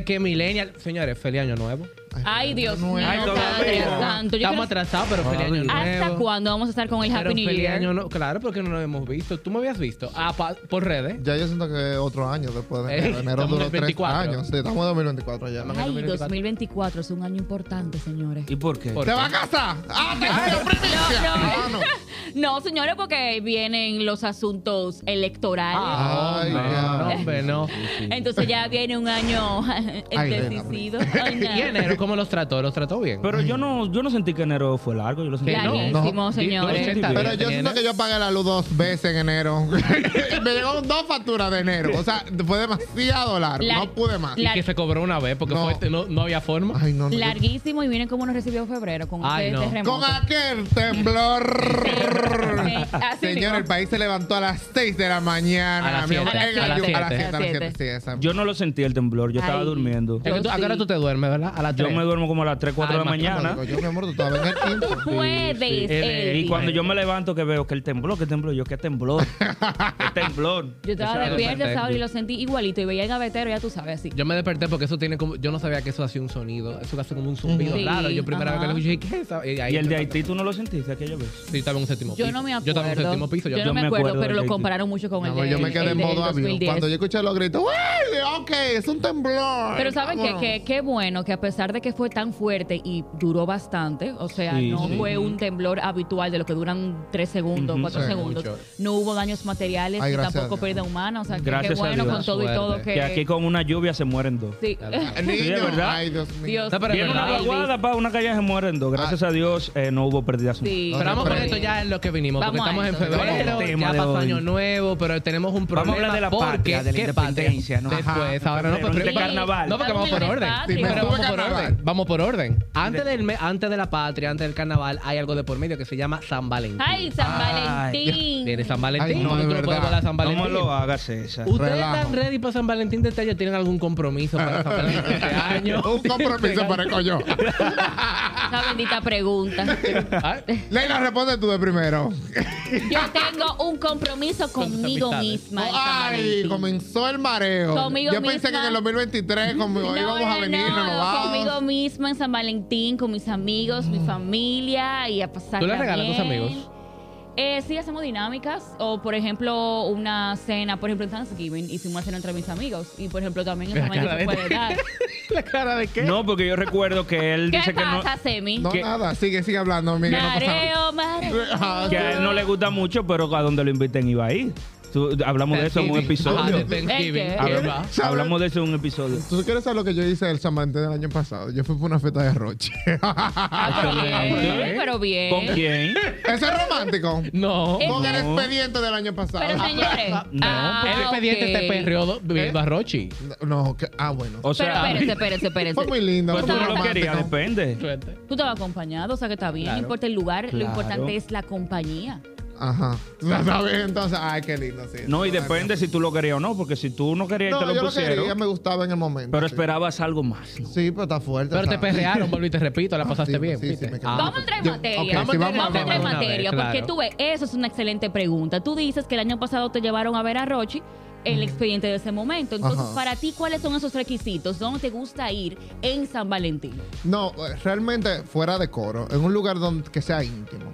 de que millennial... Señores, feliz año nuevo. Ay, Dios mío, Ay, Padre Santo. Estamos atrasados, pero feliz año nuevo. ¿Hasta cuándo vamos a estar con el Pero Happy New feliz Year? año claro, porque no nos hemos visto. ¿Tú me habías visto? Por redes. Ya yo siento que otro año después de enero. Enero estamos duró en 3 24. años. Sí, estamos en 2024 ya. Ay, 2024 es un año importante, señores. ¿Y por qué? ¿Por ¿Te qué? vas a casar? ¡Atención, primicia! Ah, no. No, señores, porque vienen los asuntos electorales. Ay, no, ya. hombre, no. Entonces ya viene un año decidido. Ay, no. ¿Y enero cómo los trató? ¿Los trató bien? Pero yo no sentí que enero fue largo. Yo lo sentí Larguísimo, No. señores. 80 Pero días yo siento tiene. que yo pagué la luz 2 veces en enero. Me llegaron 2 facturas de enero. O sea, fue demasiado largo. La- No pude más. Y que se cobró una vez porque No. no había forma. Ay, no, no. Larguísimo y miren cómo nos recibió febrero con Ay, este no. terremoto. Con aquel temblor. Así Señor, mismo. el país se levantó a las 6 de la mañana. A las mi amor. 7. En A las ayuno. 7. A las 7. A las 7. 7. Sí, esa. Yo no lo sentí el temblor. Yo estaba Ay. durmiendo. Es que tú, ¿a qué hora tú te duermes, verdad? A las 3. Yo me duermo como a las 3, 4 de la Ay, mañana. Yo, mi amor, tú estabas en el quinto. Puedes, Eddie. Y cuando yo me levanto que veo que el temblor, yo qué temblor. Qué temblor. Yo estaba Eso es despierta perfecto. esa hora y lo sentí igualito. Y veía el gavetero, ya tú sabes, así. Yo me desperté porque eso tiene como... Yo no sabía que eso hacía un sonido. Eso hace como un zumbido Sí, raro. Yo primera vez que ajá. lo escuché, ¿qué es eso? ¿Y el de Haití tú no lo sentiste aquella vez? Sí, estaba en un séptimo piso. Yo no me acuerdo. Yo estaba en un séptimo piso. Yo no me me acuerdo, acuerdo pero del lo de- compararon mucho con Mi el amor, de yo me quedé el en del modo avión. 2010. Cuando yo escuché los gritos, ¡Uy! Ok, es un temblor. Pero saben Vámonos. que qué bueno que a pesar de que fue tan fuerte y duró bastante, o sea, Sí, no sí. fue un temblor habitual de lo que duran 3 segundos, 4 Sí, segundos, mucho. no hubo daños materiales Ay, ni gracias tampoco a Dios. pérdida humana, o sea, que qué Gracias a bueno Dios. con todo y todo Suerte. que... Que aquí con una lluvia se mueren 2. Sí. Niño, Sí, es verdad. Ay, Dios mío. Dios No, pero es Viene una verdad. vaguada, pa, una calle se mueren 2. Gracias a Dios no hubo pérdidas humanas. Sí. Pero vamos con Pero- esto ya en lo que vinimos, porque Vamos a estamos en esto. ¿Cuál es el febrero, tema ya de pasó hoy? año nuevo, pero tenemos un problema. Vamos a hablar de la porque- patria, de la ¿qué patria? independencia, ¿no? Después, Ajá. ahora no, pero De primero- carnaval. No, porque vamos por orden. Sí, me Pero sube vamos por carnaval. orden. Vamos por orden. Antes de la patria, antes del carnaval, hay algo de por medio que se llama San Valentín. Ay, San Ay, Valentín. Viene San Valentín. Ay, no, de Nosotros verdad. podemos hablar de San No Valentín. me lo hagas, César. ¿Ustedes Relajo. están ready para San Valentín de este año? ¿Tienen algún compromiso para San Valentín de este año? Un compromiso parezco yo. Esa bendita pregunta. Ay, Leila, responde tú de primero. Yo tengo un compromiso Con tus conmigo amistades. misma. en San Ay, Valentín. comenzó el mareo. Conmigo Yo pensé que misma. en el 2023 íbamos a venir renovados. conmigo misma en San Valentín, con mis amigos, mi familia y a pasar. ¿Tú le regalas a tus amigos? Sí, hacemos dinámicas. O, por ejemplo, una cena. Por ejemplo, en Thanksgiving hicimos una cena entre mis amigos. Y, por ejemplo, también en San La cara Valentín se de- puede dar. ¿La cara de qué? No, porque yo recuerdo que él ¿Qué dice que no, pasa, Semi? No, ¿Qué? nada, sigue hablando, Miguel. No pasa nada. Mareo. que a él no le gusta mucho, pero a donde lo inviten iba a ir. Hablamos de eso en un Thanksgiving. Ajá, episodio. de Thanksgiving. ¿El qué? Hablamos, ¿Sabes? hablamos de eso en un episodio. ¿Tú quieres saber lo que yo hice el San Valentín del año pasado? Yo fui por una fiesta de Roche. Ah, pero bien, pero bien. ¿Con quién? ¿Eso es romántico? No. Con el No. expediente del año pasado. Pero, señores. No, El expediente ok. te perreó viendo a Rochi. No, bueno. O Pero sea, espérese. Fue muy lindo. pues fue tú muy no lo querías, romántico. depende. Suerte. Tú estabas acompañado, o sea que está bien. Claro. No importa el lugar, lo Claro. importante es la compañía. Ajá. ¿Sabes? Entonces, ay, qué lindo, sí. No, y depende si tú lo querías o no, porque si tú no querías y No, te yo lo lo quería, pusieron, me gustaba en el momento. pero sí. esperabas algo más, ¿no? Sí, pero está fuerte. Pero te ¿sabes? perrearon, volví y te repito, la pasaste sí, bien. sí, ¿viste? sí, me quedé. Vamos a entrar en Yo- materia. ok, sí, vamos vamos a entrar en una vez, materia, claro. porque tú ves, eso es una excelente pregunta. Tú dices que el año pasado te llevaron a ver a Rochi en el expediente de ese momento. Entonces, Ajá. para ti, ¿cuáles son esos requisitos? ¿Dónde te gusta ir en San Valentín? No, realmente fuera de coro, en un lugar que sea íntimo,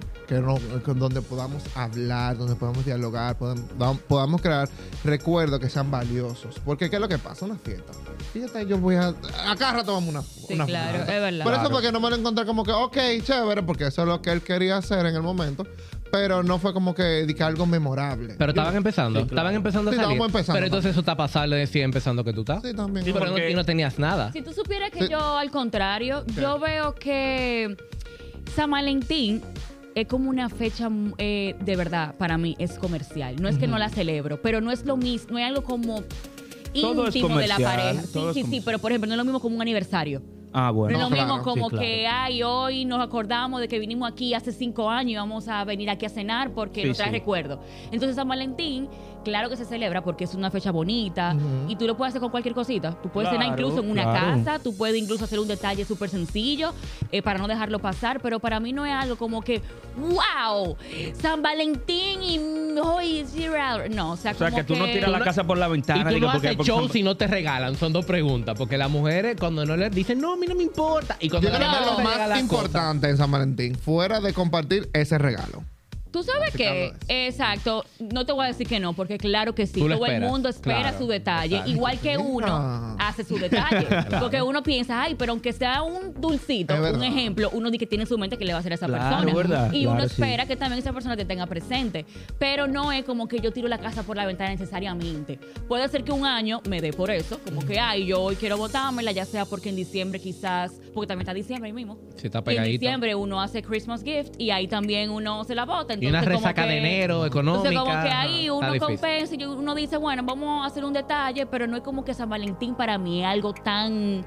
donde podamos hablar, donde podamos dialogar, podamos crear recuerdos que sean valiosos. Porque ¿qué es lo que pasa? Una fiesta. Fíjate, yo voy a cada rato vamos a Sí, una claro, fiesta. es verdad. Por eso Claro. porque no me lo encontré como que, ok, chévere, porque eso es lo que él quería hacer en el momento, pero no fue como que dedicar algo memorable. Pero estaban empezando. Sí, claro. Estaban empezando a Sí, salir. estábamos empezando. Pero entonces eso está pasable de decir empezando que tú estás. Sí, también. Sí, Pero no, porque- y no tenías nada. Si tú supieras que Sí. yo, al contrario, yo veo que San Valentín es como una fecha de verdad, para mí, es comercial. No es que no la celebro, pero no es lo mismo, no es algo como Todo es íntimo de la comercial, pareja. todo es Sí, comercial. pero por ejemplo, no es lo mismo como un aniversario. Ah, bueno. No es lo claro, mismo como sí, claro. que, ay, hoy nos acordamos de que vinimos aquí hace 5 años y vamos a venir aquí a cenar porque Sí, nos trae sí. recuerdo. Entonces, San Valentín claro que se celebra porque es una fecha bonita Ujú. y tú lo puedes hacer con cualquier cosita. Tú puedes cenar Claro, incluso en una claro. casa, tú puedes incluso hacer un detalle súper sencillo para no dejarlo pasar, pero para mí no es algo como que, wow, San Valentín y hoy es zero hour. No, o sea, O sea, como que tú no tiras la casa por la Y ventana. tú digo, no haces porque- show si no te regalan. Son dos preguntas. Porque las mujeres, cuando no les dicen, no, a mí no me importa. Y cuando Yo creo la que mujer lo te regala más las importante en San Valentín, fuera de compartir ese regalo. ¿Tú sabes qué? Musicando Exacto. No te voy a decir que no, porque claro que sí. Tú lo Todo el esperas. mundo espera Claro, su detalle. exacto. Igual que uno Ah. hace su detalle. Porque uno piensa, ay, pero aunque sea un dulcito, Es verdad. un ejemplo, uno dice que tiene en su mente que le va a hacer a esa Claro, persona. verdad, Y uno claro, sí. espera que también esa persona te tenga presente. Pero no es como que yo tiro la casa por la ventana necesariamente. Puede ser que un año me dé por eso. Como que, ay, yo hoy quiero botármela, ya sea porque en diciembre quizás, porque también está diciembre ahí mismo. Sí, está Y en pegadito. diciembre uno hace Christmas gift y ahí también uno se la bota. Y una Entonces, como resaca de que- enero económica. Entonces, como que ahí Está uno difícil. compensa y uno dice, bueno, vamos a hacer un detalle, pero no es como que San Valentín para mí es algo tan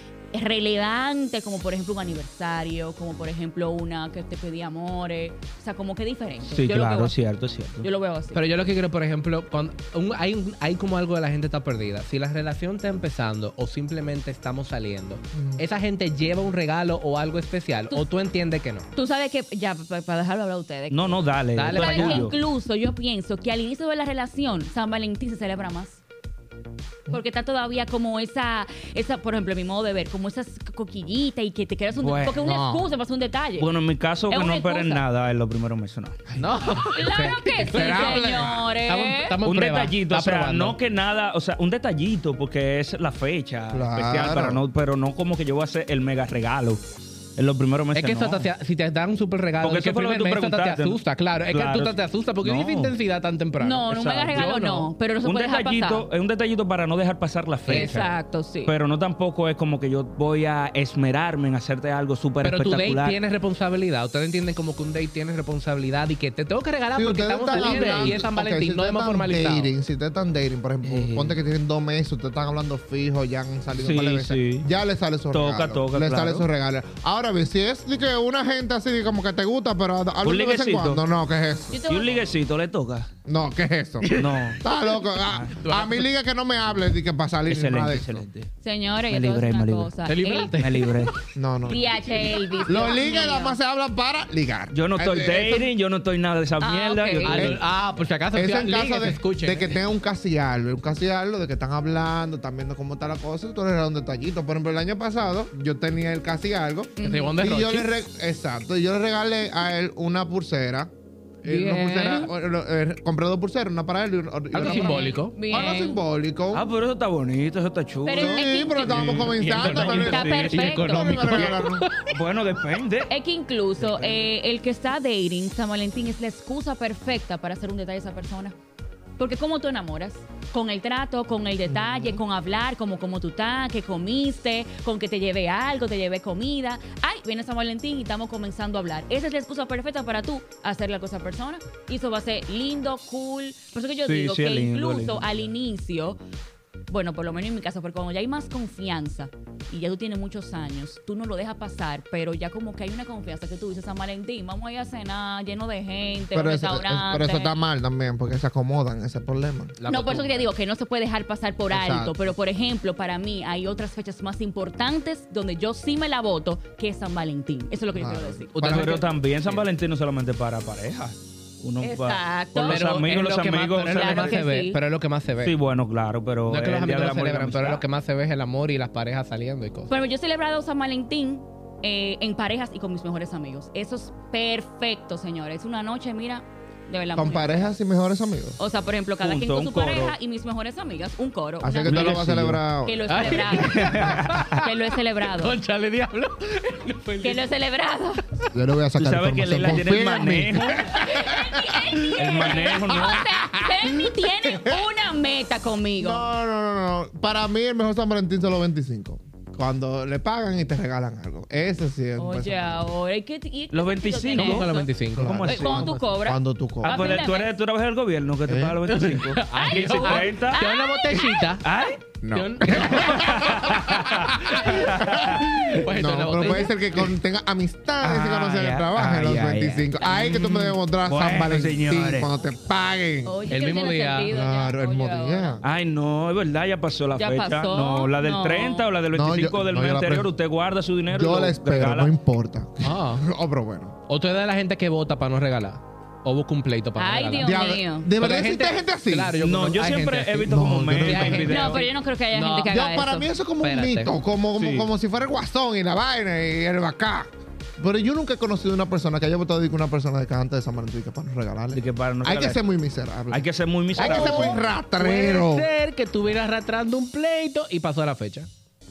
relevante como, por ejemplo, un aniversario, como, por ejemplo, una que te pedí amores. O sea, como que diferente. Sí, Yo lo claro, veo es así. cierto, es cierto. Yo lo veo así. Pero yo lo que quiero, por ejemplo, cuando hay como algo de la gente está perdida. Si la relación está empezando o simplemente estamos saliendo, esa gente lleva un regalo o algo especial, o tú entiendes que no. Tú sabes que, ya, para dejarlo hablar a ustedes. No, no, dale. Dale, esto Tú es sabes que tuyo. incluso yo pienso que al inicio de la relación, San Valentín se celebra más. Porque está todavía como esa, por ejemplo, mi modo de ver, como esas coquillitas y que te quieras un Bueno, porque es una no. excusa para hacer un detalle. Bueno, en mi caso, Es que no una esperen excusa. nada en los primeros meses, no. No. Claro que sí, Esperable. señores. Estamos en Un prueba. detallito, o Está sea, probando. no que nada, o sea, un detallito porque es la fecha Claro. especial, pero no como que yo voy a hacer el mega regalo en los primeros meses. Es que eso no. si te dan un super regalo, Porque es que eso fue lo que primer tú mes eso te preguntaste, ¿no? asusta, claro. Es Claro. que tú te asusta porque No. dice intensidad tan temprano. No, un mega Exacto. regalo Yo no. no, pero no se Un puede dejar detallito, pasar. es un detallito para no dejar pasar la fecha. Exacto, sí. Pero no tampoco es como que yo voy a esmerarme en hacerte algo súper Pero tu date espectacular. tiene responsabilidad. Ustedes entienden como que un date tiene responsabilidad y que te tengo que regalar Si porque ustedes estamos están saliendo hablando- y es San ok, Valentín, si no ustedes hemos están formalizado. dating, si ustedes están dating, por ejemplo, ponte que tienen 2 meses, ustedes están hablando fijo, ya han salido Sí, un par de veces, sí. ya le sale su Toca, regalo. toca, le claro. sale su regalo. Ahora bien, si es de que una gente así de como que te gusta, pero habla de vez en liguecito. cuando, no, ¿qué es eso? Yo te Si voy un a- liguecito le toca. No, ¿qué es eso? No. Está loco. A mí liga que no me hables de que para salir ni nada Excelente, de eso. excelente. Señores, Me yo te voy a libré, decir me una libré. cosa. ¿Te libraste? Me libré. No, no. DH Elvis. Los Dios ligas mío. nada más se hablan para ligar. Yo no estoy Eso- dating, yo no estoy nada de esa Ah, mierda. ok. yo estoy- Por si acaso, Eso en caso de, escuchen. de que tenga un casi algo, de que están hablando, están viendo cómo está la cosa, y tú le regalas un detallito. Por ejemplo, el año pasado yo tenía el casi algo. Que te llevan de Y yo Rochi. exacto, y yo le regalé a él una pulsera. Bien. Una pulsera, compré 2 pulseras, una para él y una Algo para mí. simbólico. Bien. Algo simbólico. Ah, pero eso está bonito, eso está chulo. Pero sí, pero estábamos comenzando. Y pero- Está Sí, perfecto. y económico. Me regalaron. Bueno, depende. Es que incluso el que está dating, San Valentín, es la excusa perfecta para hacer un detalle a esa persona. Porque ¿cómo tú enamoras? Con el trato, con el detalle, con hablar, como tú estás, que comiste, con que te lleve algo, te lleve comida. Ay, viene San Valentín y estamos comenzando a hablar. Esa es la excusa perfecta para tú hacerle algo a esa persona. Y eso va a ser lindo, cool. Por eso que yo Sí, digo sí, que es lindo, incluso es lindo. al inicio, bueno, por lo menos en mi caso, porque cuando ya hay más confianza y ya tú tienes muchos años, tú no lo dejas pasar, pero ya como que hay una confianza que tú dices, San Valentín, vamos a ir a cenar lleno de gente, Pero un eso, restaurante. pero eso está mal también, porque se acomodan, ese es el problema. No, por eso que te digo que no se puede dejar pasar por Exacto. alto, pero por ejemplo, para mí hay otras fechas más importantes donde yo sí me la voto que es San Valentín. Eso es lo que yo Claro. quiero decir. Ustedes Pero ven que- también San Valentín no solamente para pareja. Uno Exacto. con los Pero amigos, los es lo que más- amigos. pero es lo que Claro más que se ve. sí. Pero es lo que más se ve. Sí, bueno, claro, pero No es que los el Día amigos del lo Amor y la celebran, pero es lo Amistad. que más se ve es el amor y las parejas saliendo y cosas. Bueno, yo he celebrado San Valentín en parejas y con mis mejores amigos. Eso es perfecto, señores. Es una noche, mira, de verdad. Con muy- parejas y mejores amigos. O sea, por ejemplo, cada quien Junto, con su un coro. pareja y mis mejores amigas, un coro. Así una que tú lo noche vas a celebrar. que lo he Ay. celebrado. Que lo he celebrado. Conchale, diablo. Que lo he celebrado. Yo le voy a Tú sacar sabes que información. Leila tiene el Confía en mí. manejo. El manejo, ¿no? O sea, Benny tiene una meta conmigo. No. Para mí el mejor San Valentín son los 25. Cuando le pagan y te regalan algo. Ese sí es. Oye, ahora, ¿y qué Los sentido 25. tiene ¿Cómo con los eso? 25? ¿Cómo así? Cuando tú cobras. Cuando tú Ah, cobras. pues fin de tú mes. eres del gobierno que te paga los 25. Ay, 15 y 30. Te da una botellita. Ay, No. Pues No, entonces, pero puede ser que tenga amistades y conocen en el trabajo en los 25. Ahí que tú me demostras San Bueno, Valentín señores. cuando te paguen. Oye, El que mismo tiene día. sentido ya, Claro, el mismo oye, día. ahora. Ay, no, es verdad, ya pasó la Ya fecha. pasó. No, la del No. 30 o la del No, 25 yo- del no, mes yo la anterior, pre- usted guarda su dinero y Yo lo la espero, regala. no importa. Ah. Oh, pero bueno. O tú eres de la gente que vota para no regalar. O busca un pleito para Ay, no Dios regalar. mío. ¿De Porque verdad hay existe gente así? Claro, yo No, conozco- yo hay siempre gente he así. visto No, como yo no memes he visto en gente- videos. No, pero yo no creo que haya No. gente que Yo, haga para eso. mí eso es como Espérate. un mito, como Sí. si fuera el guasón y la vaina y el bacá. Pero yo nunca he conocido una persona que haya votado de que una persona de que antes de San Valentín que para no regalarle. De que para no Hay que regalar. ser muy miserable. Hay que ser muy Hay que miserable. ser muy rastrero. Puede ser que estuvieras arrastrando un pleito y pasó la fecha.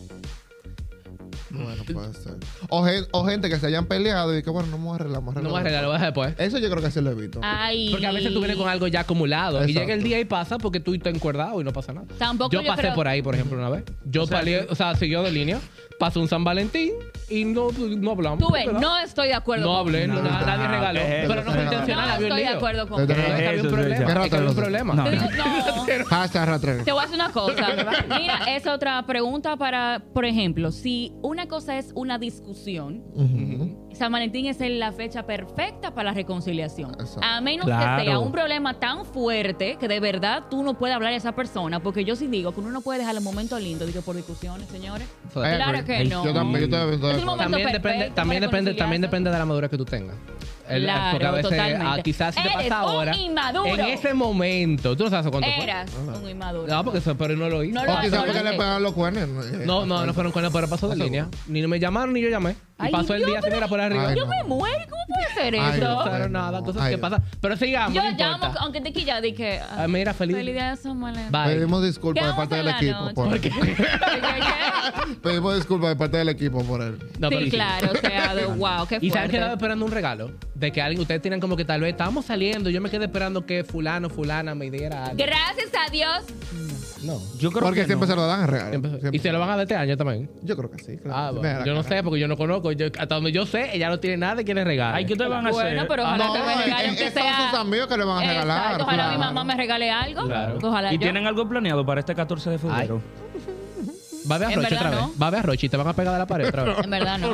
Bueno, puede ser. O gente que se hayan peleado y que bueno, no vamos a arreglar, vamos a No voy a arreglar. arreglar, lo voy a dejar después. Eso yo creo que sí lo he visto. Ay. Porque a veces tú vienes con algo ya acumulado y Exacto. llega el día y pasa porque tú estás encuerdado y no pasa nada. Tampoco yo yo pasé creo- por ahí, por ejemplo, una vez. Yo peleé, o sea, siguió de línea. Pasó un San Valentín y no hablamos. Tú ves, ¿verdad? no estoy de acuerdo. No con- hablé, No. nadie regaló. ¿Qué es Pero eso? no fue No, intencional, No había un estoy de lío. acuerdo con Desde- Es que había un Eso, problema. Luisa. Es que había un problema. No. Te digo, no. Hashtag rastrero. Te voy a hacer una cosa. Mira, es otra pregunta para, por ejemplo, si una cosa es una discusión, Ujú. San Valentín es la fecha perfecta para la reconciliación. Exacto. A menos Claro. que sea un problema tan fuerte que de verdad tú no puedes hablar a esa persona, porque yo sí digo que uno no puede dejar el momento lindo digo, por discusiones, señores. I Claro agree. que no. Yo también, yo Es un también. momento También perfecto depende, para también reconciliarse. depende de la madurez que tú tengas. Claro, porque a veces, totalmente. quizás si te Eres pasa un ahora. inmaduro. En ese momento, tú no sabes cuánto fue. Eras un inmaduro. No, porque eso, pero no lo hizo. No O lo- quizás no porque lo le sé. pegaron los cuernos. No fueron con él, pero pasó de Pasó. línea. Ni me llamaron ni yo llamé. Y Ay, pasó el Dios, día sin pero- ir a por arriba. Ay, Yo no. me muero. ¿Cómo puede ser Ay, eso? no. Pero nada, cosas Ay, que no. pasan. Pero sigamos, Yo no llamo, importa. aunque te quilla, de que. Ah, mira, feliz. Feliz día de San Valentín. Bye. Pedimos disculpas ¿Qué de parte del vamos a hacer equipo la por noche? él. Pedimos disculpas de parte del equipo por él. No, pero Sí, claro, o sea, de wow, qué Y se han fuerte. quedado esperando un regalo de que alguien, ustedes tienen como que tal vez estábamos saliendo, yo me quedé esperando que fulana me diera algo. Gracias a Dios. No. Yo creo Porque que siempre no. se lo dan a regalo. Siempre- Siempre. Y se lo van a dar este año también. Yo creo que sí. Claro. Ah, Sí, bueno, me da la yo no cara. sé porque yo no conozco. Hasta donde yo sé, ella no tiene nada y quiere regalar. Ay, ¿qué te van a hacer? Bueno, pero ojalá No, que me regalen que son sea. sus amigos que le van a regalar. Exacto, ojalá claro. mi mamá me regale algo. Claro. Ojalá ¿Y yo. tienen algo planeado para este 14 de febrero? Va a ver a En Rochi verdad, otra vez. Va a ver a Rochi y te van a pegar de la pared otra vez. En verdad no.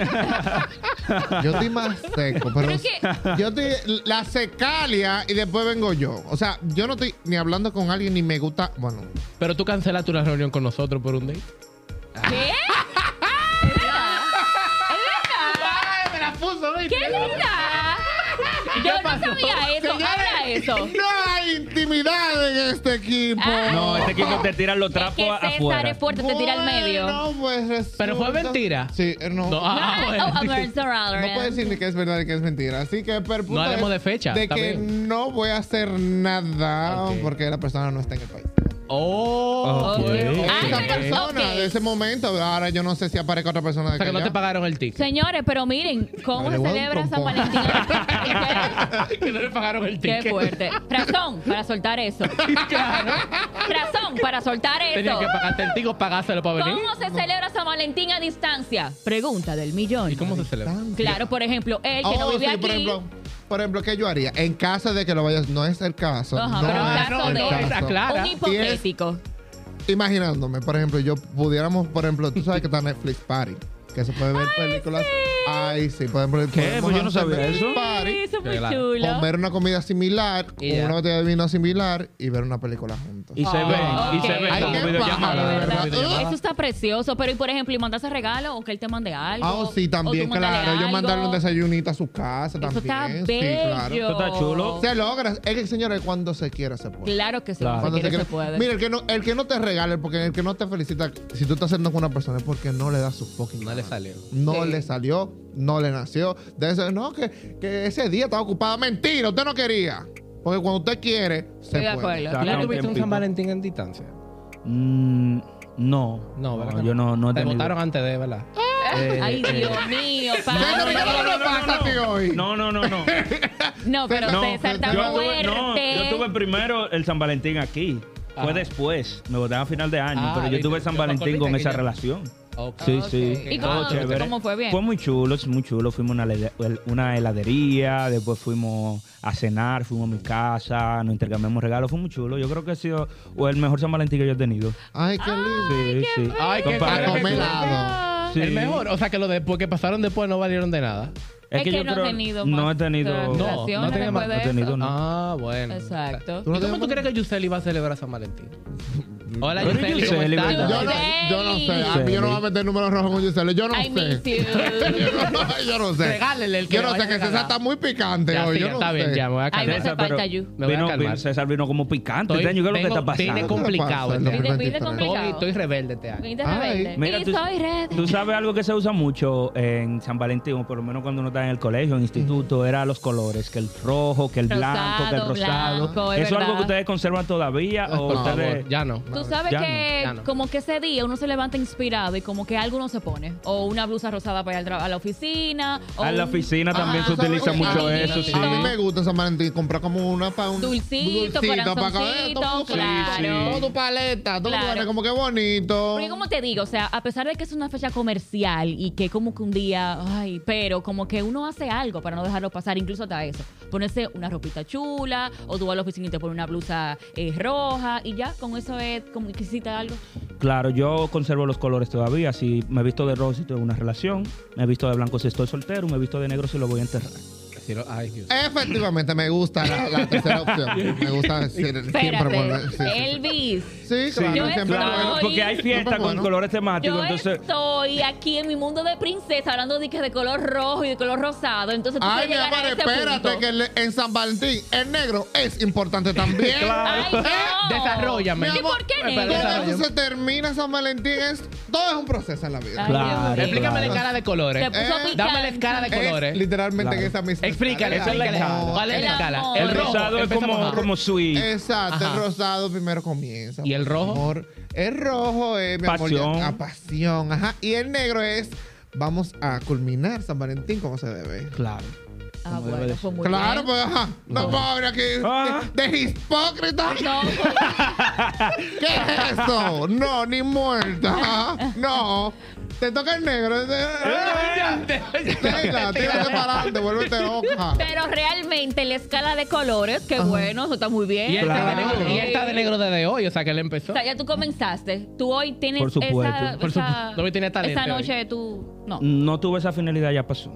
Yo estoy más seco, pero es que- yo estoy la secalia y después vengo yo. O sea, yo no estoy ni hablando con alguien ni me gusta. Bueno, Pero tú cancelaste una reunión con nosotros por un día. ¿Qué? ¿Es verdad? me la puso, ¿Qué es verdad? Yo no sabía eso. Habla eso. no hay intimidad en este equipo. Ah. No, este equipo te tira los Es trapos que César afuera. es fuerte, te tira al medio. No, pues resulta- Pero fue mentira. Sí, no. No, bueno. No puede decir ni que es verdad ni que es mentira. Así que, pero el punto No hablemos es de fecha, De está que bien. no voy a hacer nada Ok. porque la persona no está en el país. Oh, Ok. Esa ok. persona Ok. de ese momento, ahora yo no sé si aparezca otra persona de O sea que no allá. te pagaron el ticket. Señores, pero miren, ¿cómo Me se llevó un celebra San pompón. Valentín? ¿Qué? que no le pagaron el Qué ticket. fuerte. Razón para soltar eso. Razón para soltar Tenían eso. que pagarte el ticket, pagárselo para venir. ¿Cómo se celebra San Valentín a distancia? Pregunta del millón. ¿Y cómo se celebra? Claro, por ejemplo, él que no Oh, vive sí, aquí. por ejemplo, ¿qué yo haría? En caso de que lo vayas, no es el caso. Ajá, no pero en es caso el de- caso. Está clara. Un hipotético. Imaginándome, por ejemplo, yo pudiéramos, por ejemplo, tú sabes que está Netflix Party, que se puede ver películas. Ay, sí, podemos ¿Qué? Pues yo no hacer sabía Netflix eso. Party, Sí, eso fue Claro. chulo. comer una comida similar, Y ya. una botella de vino similar y ver una película juntos. Y se ven, y ok. se ven Ay, como qué videollamada. paja, De verdad. ¿verdad? videollamada. Eso está precioso. Pero, y por ejemplo, ¿y mandarse regalo o que él te mande algo? Ah, sí, también, o tú mandarle claro. Yo algo. mandarle un desayunito a su casa Eso también. está Sí, bello. claro. Eso está chulo. Se logra. Es que, señores, cuando se quiera se puede. Claro que sí. Claro. Si Cuando quieres se se quiera. puede. Mira, el que no te regale, porque el que no te felicita, si tú estás haciendo con una persona es porque no le da su fucking No le gana. salió. No Sí. le salió, no le nació. De eso, no, que ese día estaba ocupado. Mentira, usted no quería. Porque cuando usted quiere, se Estoy de puede. acuerdo. Claro. ¿Tú ya Claro. tuviste un tiempito. San Valentín en distancia? No. No, ¿verdad? yo no he Te tenido. votaron antes de, ¿verdad? Ay, Dios mío, No, no, padre. no, no, pasa a ti hoy. No. No, pero No, César está Yo fuerte. tuve primero el San Valentín aquí. Fue Ajá. después. Me votaron a final de año. Ah, pero yo viste, tuve San yo me Valentín acordé con que esa ya- relación. Ok. Sí, Ok. sí. ¿Y Todo cómo, chévere. cómo fue? Bien. Fue muy chulo, es muy chulo. Fuimos a una heladería, después fuimos a cenar, fuimos a mi casa, nos intercambiamos regalos. Fue muy chulo. Yo creo que ha sido el mejor San Valentín que yo he tenido. Ay, qué lindo. Sí, sí. Ay, qué Compadre, A comer helado. Sí. El mejor. O sea, que lo después que pasaron después no valieron de nada. Es que yo no he creo- tenido No más he tenido. relaciones no tenía más- después de no he tenido, eso. no. Ah, bueno. Exacto. ¿Tú no ¿Y cómo tenías- tú crees que Yuseli va a celebrar San Valentín? Hola, Pero Yuseli, ¿cómo Yuseli, estás? ¿verdad? Yo no sé. A mí yo no voy a meter números rojos con Giselle. Yo no I sé. miss you. Yo no sé. Regálele el que Yo le no sé, vaya a que César regalar. está muy picante Ya, hoy. sí, Yo ya no está bien, sé. ya me voy a Ay, me calmar. hace César, pero falta you. Me voy a vino, calmar. César vino como picante. Este año, ¿qué es lo que está Vine pasando? complicado. ¿Qué le este pasa? año. Vine complicado. Estoy rebelde este año. Viste Ay. rebelde. Mira, Y tú- soy red. Tú sabes algo que se usa mucho en San Valentín, o por lo menos cuando uno está en el colegio, en instituto, era los colores, que el rojo, que el blanco, que el rosado. blanco, es ¿Eso es algo que verdad. ustedes conservan todavía? Por ¿O Por ustedes- favor, ya no. Tú sabes Ya no, que ya no. como que ese día uno se levanta inspirado y como que algo uno se pone. O una blusa rosada para ir a la oficina. O A la un- oficina también Ah, se ¿sabes utiliza qué? mucho A mí- eso, sí. A mí me gusta San Valentín comprar como una pa' un Dulcito, para corazoncito, claro. Todo tu paleta, todo Claro. tu como que bonito. Porque como te digo, o sea, a pesar de que es una fecha comercial y que como que un día, ay, pero como que uno hace algo para no dejarlo pasar, incluso hasta eso. Ponerse una ropita chula, o tú vas a la oficina y te pones una blusa roja, y ya, con eso es como que hiciste algo. Claro, yo conservo los colores todavía. Si me he visto de rosa si estoy en una relación, me he visto de blanco si estoy soltero, me he visto de negro si lo voy a enterrar. Ay, Dios. Efectivamente, me gusta la tercera opción. Me gusta decir siempre Espérate, volver. Sí, sí. Elvis. Sí, claro, Yo siempre estoy- bueno. Porque hay fiesta Súper con bueno. colores temáticos, Yo entonces... estoy aquí en mi mundo de princesa hablando de color rojo y de color rosado. Entonces tú Ay, mi quieres amor, llegar a ese espérate, punto. que en San Valentín el negro es importante también. Claro. Ay, no. Desarróllame. ¿Y por qué Espera, negro? Todo desarrollame. eso se termina San Valentín. Todo es un proceso en la vida. Ay, Claro. Dios mío. Explícame la Claro. escala de colores. Se puso picante. Dame la escala de colores. Es literalmente Claro. en esa misma Explícale, escala. Esa es la explícale. escala. ¿Cuál es El la escala? amor. El Rojo. rosado es Empezamos como, abajo. como sweet. Exacto, Ajá. el rosado primero comienza. ¿Y el rojo? Amor. El rojo es, mi Pasión. amor, a pasión. Ajá. Y el negro es, vamos a culminar San Valentín como se debe. Claro. Ah, Como debe bueno, de fue ser. muy Claro, bien. pues, ajá. No pobre aquí Ah. de hipócrita. No, ¿Qué es eso? No, ni muerta. No. Te toca el negro. Tírate para adelante, vuélvete loca. pero realmente la escala de colores, qué bueno, eso está muy bien. Y él, está de Claro. negro, y él está de negro desde hoy, o sea que él empezó. O sea, ya tú comenzaste. Tú hoy tienes Por supuesto. esa, Por supuesto. Hoy tiene talento esa hoy. noche tú... No. No tuve esa finalidad, ya pasó.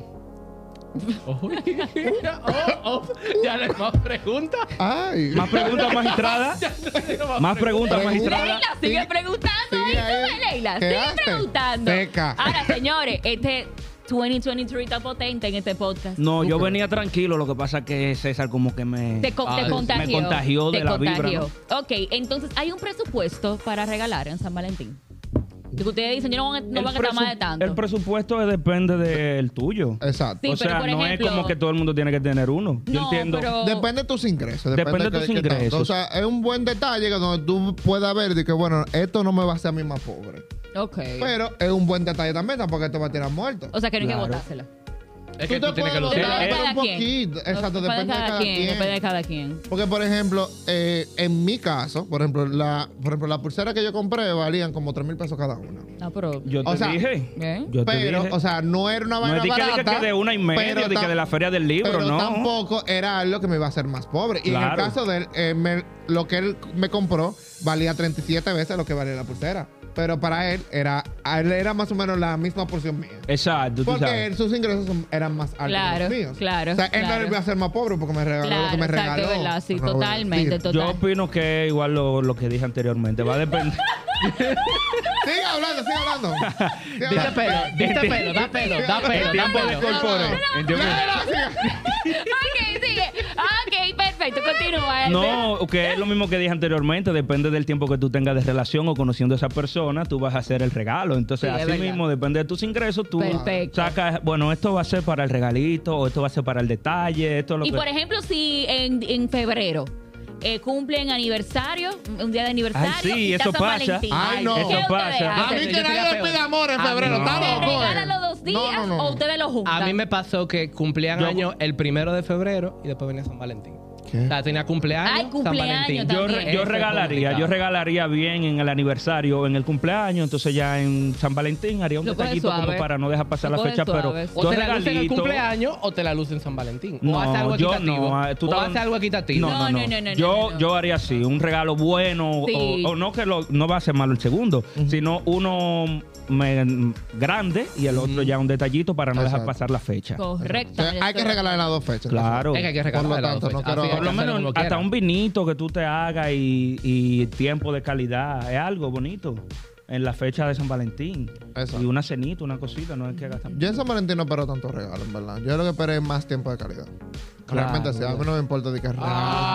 Ya no hay más preguntas. Ay. Más preguntas, magistrada. Más preguntas, magistrada. Leila sigue Sí. preguntando. Sigue ¿Y ahí. tú, Leila? ¿Qué Sigue hace? preguntando. Seca. Ahora, señores, este 2023 está potente en este podcast. No, yo venía tranquilo, lo que pasa es que César como que me... Te contagió. Me contagió de Te la vibra, contagió. Ok, entonces, ¿hay un presupuesto para regalar en San Valentín? Que ustedes dicen, yo no van a gastar más de tanto. El presupuesto depende del tuyo. Exacto. Sí, O sea, pero por no ejemplo- es como que todo el mundo tiene que tener uno. Yo No, entiendo. pero- Depende de tus ingresos. Depende de tus qué tanto. ingresos. O sea, es un buen detalle que donde tú puedas ver de que, bueno, esto no me va a hacer a mí más pobre. Ok. Pero es un buen detalle también, tampoco te va a tirar muerto. O sea, que no hay que Claro. botársela. Es que Tú tú te tienes que puedes lucir. botar Depende de un cada quien. poquito. Exacto, depende de cada quien. Depende de cada quien. Porque, por ejemplo, en mi caso, por ejemplo, la pulsera que yo compré valían como 3,000 pesos cada una. No, pero... Yo te O sea, dije. ¿eh? Yo te Pero, dije. o sea, no era una no vaina es de barata. que de una y media, pero de que de la feria del libro, pero no. tampoco era algo que me iba a hacer más pobre. Y en el Claro. caso de él, lo que él me compró valía 37 veces lo que valía la pulsera. Pero para él era más o menos la misma porción mía. Exacto, tú Porque sabes. sus ingresos eran más altos Claro, que los míos. claro, O sea, él no claro. le iba a hacer más pobre porque me regaló lo que me Claro, exacto, regaló. verdad, sí, No lo voy a totalmente, decir. total. Yo opino que igual lo que dije anteriormente. Va a depender. Sigue hablando, sigue hablando. Sigue Diste hablando. pelo, da pelo, da pelo, El da tiempo de pelo. corpore. ¿Entiendes? Ok, sigue. Ok, perfecto, continúa. No, que es lo mismo que dije anteriormente, depende del tiempo que tú tengas de relación o conociendo a esa persona, tú vas a hacer el regalo. Entonces, Sí, es así verdad. mismo, depende de tus ingresos, tú Perfecto. sacas, bueno, esto va a ser para el regalito o esto va a ser para el detalle, esto es lo Y que... por ejemplo, si en febrero cumplen aniversario, un día de aniversario, Ay, sí, y está eso San pasa. Valentín. Ay, no. ¿Qué Eso ustedes pasa. A hacen? mí Yo que sería nadie le peor. pide amor en A mí febrero. no. Está ¿Se loco, regalan los dos días No. o ustedes los juntan? A mí me pasó que cumplían Yo- años el 1 de febrero y después venía San Valentín. ¿Qué? O sea, tenía cumpleaños. Ay, San cumpleaños Valentín. también. Yo Eso regalaría, es yo regalaría bien en el aniversario, en el cumpleaños, entonces ya en San Valentín haría un Lo coge detallito como suave. para no dejar pasar Lo la coge fecha, suave. pero O te la luce en el regalitos. cumpleaños o te la luce en San Valentín. No, o hace algo yo equitativo. no, O hace algo equitativo. No. Yo haría así, un regalo bueno, Sí. o no que no va a ser malo el segundo, sino uno grande y el otro ya un detallito para no dejar Exacto. pasar la fecha. Correcto. O sea, hay que regalar en las dos fechas. Claro. Es que hay que Por regalar lo las tanto, dos no fechas. quiero- Así hay Por que lo hacerlo menos como hasta quiera. un vinito que tú te hagas y tiempo de calidad, es algo bonito en la fecha de San Valentín. Exacto. Y una cenita, una cosita, no hay que gastar. Yo en San Valentín no espero tanto regalo, en verdad. Yo lo que espero es más tiempo de calidad. Claro. Realmente sí, a mí no me importa de qué regalo.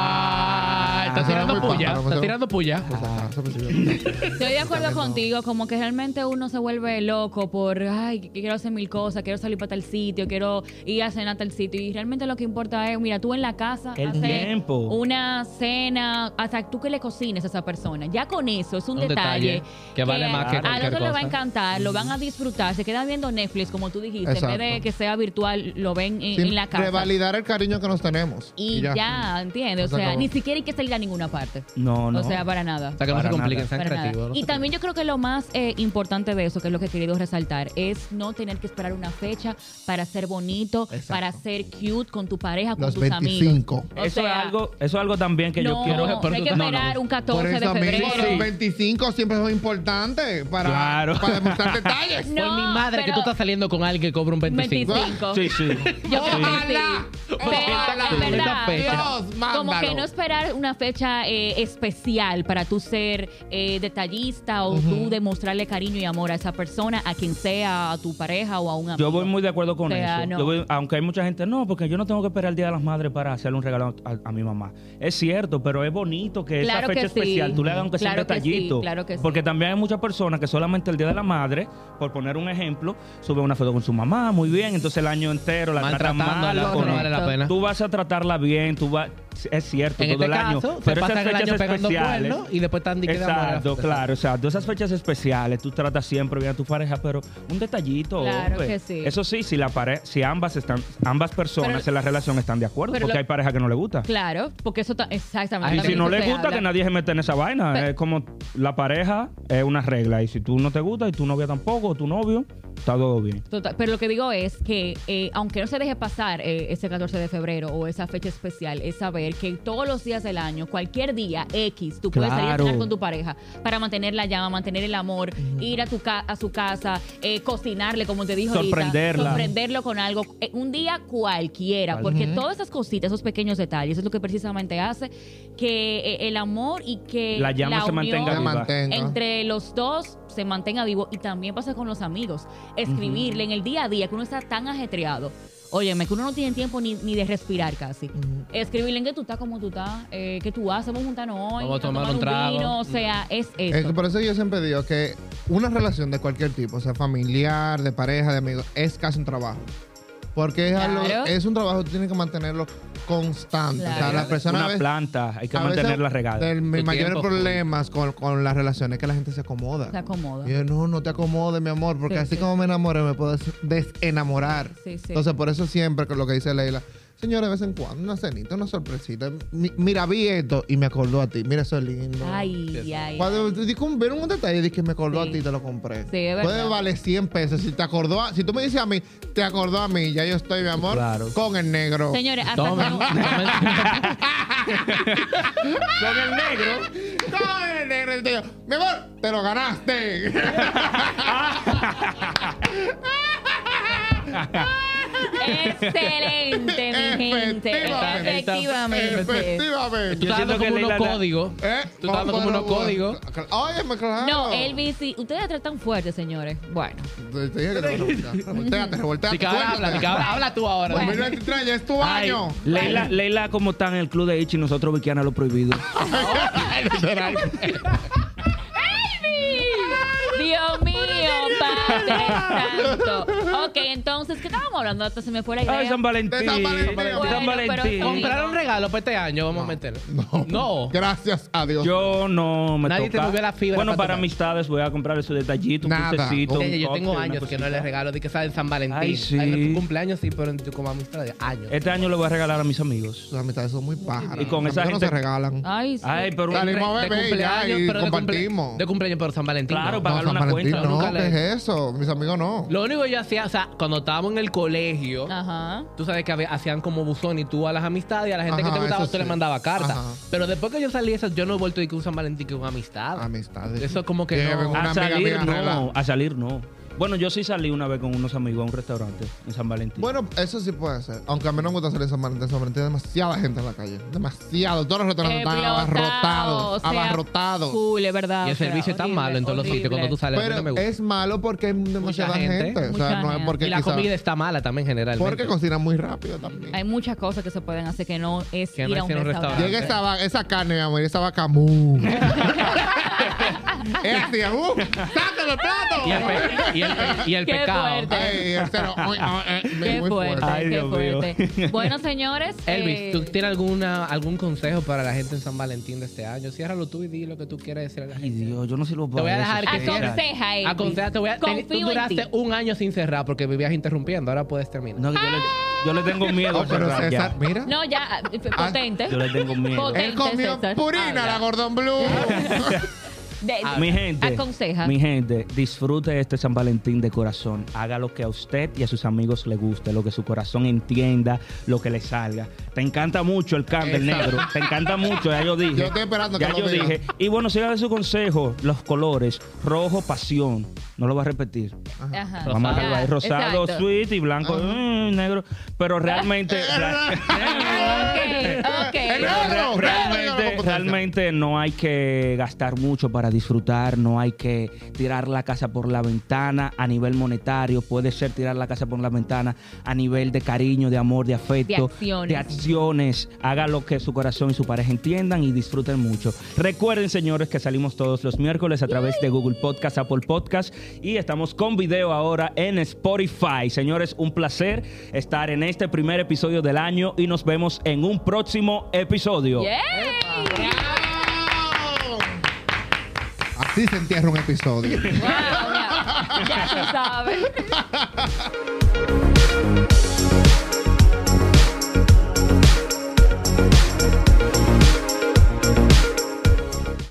Ah, está tirando muy puya. pájaro, Está me tirando puya. Pues acaso, pues, yo- Estoy de acuerdo contigo, como que realmente uno se vuelve loco por, ay, que quiero hacer mil cosas, quiero salir para tal sitio, quiero ir a cenar a tal sitio. Y realmente lo que importa es, mira, tú en la casa, El hacer tiempo. una cena, hasta tú que le cocines a esa persona. Ya con eso es un Un detalle que vale más que al cualquier otro le va a cosa. encantar, lo van a disfrutar, se quedan viendo Netflix, como tú dijiste, Exacto. en vez de que sea virtual, lo ven Sin en la casa. revalidar el cariño que nos tenemos. Y ya, ¿entiendes? O Se sea, acabó. ni siquiera hay que salir a ninguna parte. No. O sea, para nada. O sea, que no se Para compliquen, nada. sean Para nada. creativos. no Y se también yo creo que lo más importante de eso, que es lo que he querido resaltar, es no tener que esperar una fecha para ser bonito, Exacto. para ser cute con tu pareja, con Los tus 25. amigos. O Eso sea, es algo también que yo no, quiero. no hay que esperar un 14 Por de eso, febrero. amigos, los 25 siempre son importantes para, Claro. para demostrar detalles. No, Por mi madre que pero- tú estás saliendo con alguien que cobra un 25. 25. Sí, sí. Yo creo que Ojalá. sí. Ojalá. Pero es verdad, Esa fecha. Dios, como mándalo. que no esperar una fecha especial para tú ser detallista o tú demostrarle cariño y amor a esa persona, a quien sea, a tu pareja o a un amigo. Yo voy muy de acuerdo con O sea, eso. no. Yo aunque hay mucha gente, no, porque yo no tengo que esperar el Día de las Madres para hacerle un regalo a mi mamá. Es cierto, pero es bonito que Claro esa que fecha sí. especial tú le hagas aunque sea un Claro que sí, detallito. claro que sí. Porque también hay muchas personas que solamente el Día de la Madre, por poner un ejemplo, suben una foto con su mamá, muy bien, entonces el año entero la tratan Maltratándola, mal. que no correcto. vale la pena. Tú vas a tratarla bien, es cierto, En todo este el año. caso, se Pero pasan esas el año fechas pegando especiales. cuernos y después están dique de amor a la Exacto, fiesta. claro, exacto. Esas fechas especiales, tú tratas siempre bien a tu pareja, pero un detallito. Claro hombre. que sí. Eso sí, si ambas personas Pero- en la relación están de acuerdo, pero porque lo- hay pareja que no le gusta. Claro, porque eso exactamente. Y también si no eso le se gusta, habla. que nadie se mete en esa vaina. Pero- Es como la pareja es una regla. Y si tú no te gusta y tu novia tampoco, o tu novio, está todo bien. Total, pero lo que digo es que aunque no se deje pasar ese 14 de febrero o esa fecha especial, es saber que todos los días del año, cualquier día X, tú puedes salir a Claro. cenar con tu pareja para mantener la llama, mantener el amor, ir a su casa, cocinarle, como te dijo ahorita, Sorprenderla. sorprenderlo con algo, un día cualquiera, porque todas esas cositas, esos pequeños detalles, es lo que precisamente hace que el amor y que La llama se unión mantenga Se viva. mantenga. entre los dos se mantenga vivo. Y también pasa con los amigos. Escribirle en el día a día, que uno está tan ajetreado. Óyeme, que uno no tiene tiempo ni de respirar casi. Escribirle en que tú estás, como tú estás, que tú vas, vamos a juntarnos hoy, Vamos a tomar un trago. vino, o sea, es Es eso. que por eso yo siempre digo que una relación de cualquier tipo, o sea, familiar, de pareja, de amigos, es casi un trabajo. Porque es, Claro. es un trabajo que tú tienes que mantenerlo constante. O sea, Claro. la persona a Una veces- planta, hay que a veces mantenerla regada. De mis Tu mayores tiempo. problemas con las relaciones es que la gente se acomoda. Se acomoda. Y yo, no te acomodes, mi amor, porque Sí, así sí. como me enamoré, me puedo desenamorar. Sí, sí. Entonces, por eso siempre con lo que dice Leila, señora, de vez en cuando, una cenita, una sorpresita. Mira, vi esto y me acordó a ti. Mira, eso es lindo. Ay, ay. Cuando vieron un detalle, dije que me acordó Sí. a ti, te lo compré. Sí, es verdad. Puede valer 100 pesos. Si te acordó, si tú me dices a mí, te acordó a mí, ya yo estoy, mi amor, Claro. con el negro. Señores, hasta Tomen, cuando- Con el negro. Con el negro. Y te digo, mi amor, te lo ganaste. Excelente, mi gente. Efectivamente. Efectivamente. Efectivamente. Tú estás siento dando que como Leila unos da- códigos. ¿Eh? Tú estás dando como unos códigos. Óyeme, claro. No, Elvis, sí, ustedes tratan fuerte, señores. Bueno. Te dije que te revolteate, revolteate. Di que ahora habla, di que ahora habla tú ahora. 2023 ya es tu Ay, año. Leila, como está en el club de Ichi, nosotros Vikiana lo prohibido. Dios mío. mío, Padre Santo. Ok, entonces, ¿qué estábamos hablando? Hasta se me fue la idea. Ay, San Valentín. De San Valentín. Bueno, San Valentín. pero- ¿Compraron regalo para este año? Vamos a meterlo. No. Gracias a Dios. Yo no me Nadie te toca. movió la fibra Bueno, para para tocar. amistades voy a comprarle su detallito, un Nada. dulcecito, un Oye, yo tengo cóctel, una años que no cosita. le regalo de que sea en San Valentín. Ay, sí. En tu cumpleaños sí, pero como amistad de años. Este año le voy a regalar a mis amigos. Sus amistades son muy pájaras. Y con Los esa amigos gente- no se regalan. Ay, sí. Ay, pero Salimos a beber ya y pero compartimos. de cumpleaños, pero San Valentín. Claro, no. para- No, pagarle San una Valentín cuenta. no, Nunca ¿qué le- es eso? Mis amigos no. Lo único que yo hacía, o sea, cuando estábamos en el colegio, Ajá. tú sabes que hacían como buzón y tú a las amistades y a la gente Ajá, que te gustaba eso tú le sí. mandabas cartas. Ajá. Pero después que yo salí eso, yo no he vuelto a ir con un San Valentín que con amistad. Amistades. Eso como que Lleven no. una a amiga salir mía no, arregla. a salir no. Bueno, yo sí salí una vez con unos amigos a un restaurante en San Valentín. Bueno, eso sí puede ser. Aunque a mí no me gusta salir en San Valentín. San Valentín hay demasiada gente en la calle. Demasiado. Todos los restaurantes están abarrotados. O sea, abarrotados. Full, es verdad. Y el o sea, servicio es tan horrible, malo en todos los sitios cuando tú sales. a mí no me Pero gusta. es malo porque hay demasiada gente, gente. O mucha sea, no es gente. porque Y la quizá- comida está mala también generalmente. Porque cocinan muy rápido también. Hay muchas cosas que se pueden hacer que no es Que no ir a es un ir a un restaurante. Llega esa carne, mi amor, esa vaca mu. Es así, ¡sácalo el plato! Y el Qué pecado. fuerte. Ay, el cero. Qué Muy fuerte, Ay, qué Dios mío. fuerte. Bueno, señores. Elvis, ¿tú tienes algún consejo para la gente en San Valentín de este año? Ciérralo tú y di lo que tú quieres decir a la Ay, gente. Dios, yo no sirvo Te para voy a eso. dejar que cierres. Aconseja, Elvis. Aconseja, tú Confío en duraste ti. un año sin cerrar porque vivías interrumpiendo. Ahora puedes terminar. No, que yo le tengo miedo Oh, a pero cerrar ya. César, mira. No, ya, potente. Yo le tengo miedo. Potente, Él comió César. purina, Habla. la Gordon Blue. Mi gente, Aconseja. mi gente, disfrute este San Valentín de corazón. Haga lo que a usted y a sus amigos le guste, lo que su corazón entienda, lo que le salga. Te encanta mucho el candle Exacto. negro. Te encanta mucho, ya yo dije. Yo estoy esperando que ya lo yo diga. dije. Y bueno, siga de su consejo, los colores, rojo, pasión. No lo voy a repetir. Ajá. Vamos a Ya, dejarlo ahí. Rosado, exacto. sweet y blanco, negro. Pero realmente. Ok. Realmente no hay que gastar mucho para disfrutar, no hay que tirar la casa por la ventana a nivel monetario, puede ser tirar la casa por la ventana a nivel de cariño, de amor, de afecto, De acciones. acciones. Haga lo que su corazón y su pareja entiendan y disfruten mucho. Recuerden, señores, que salimos todos los miércoles a través de Google Podcast, Apple Podcast y estamos con video ahora en Spotify. Señores, un placer estar en este primer episodio del año y nos vemos en un próximo episodio. Yay. Así se entierra un episodio. Wow, ya tú sabes.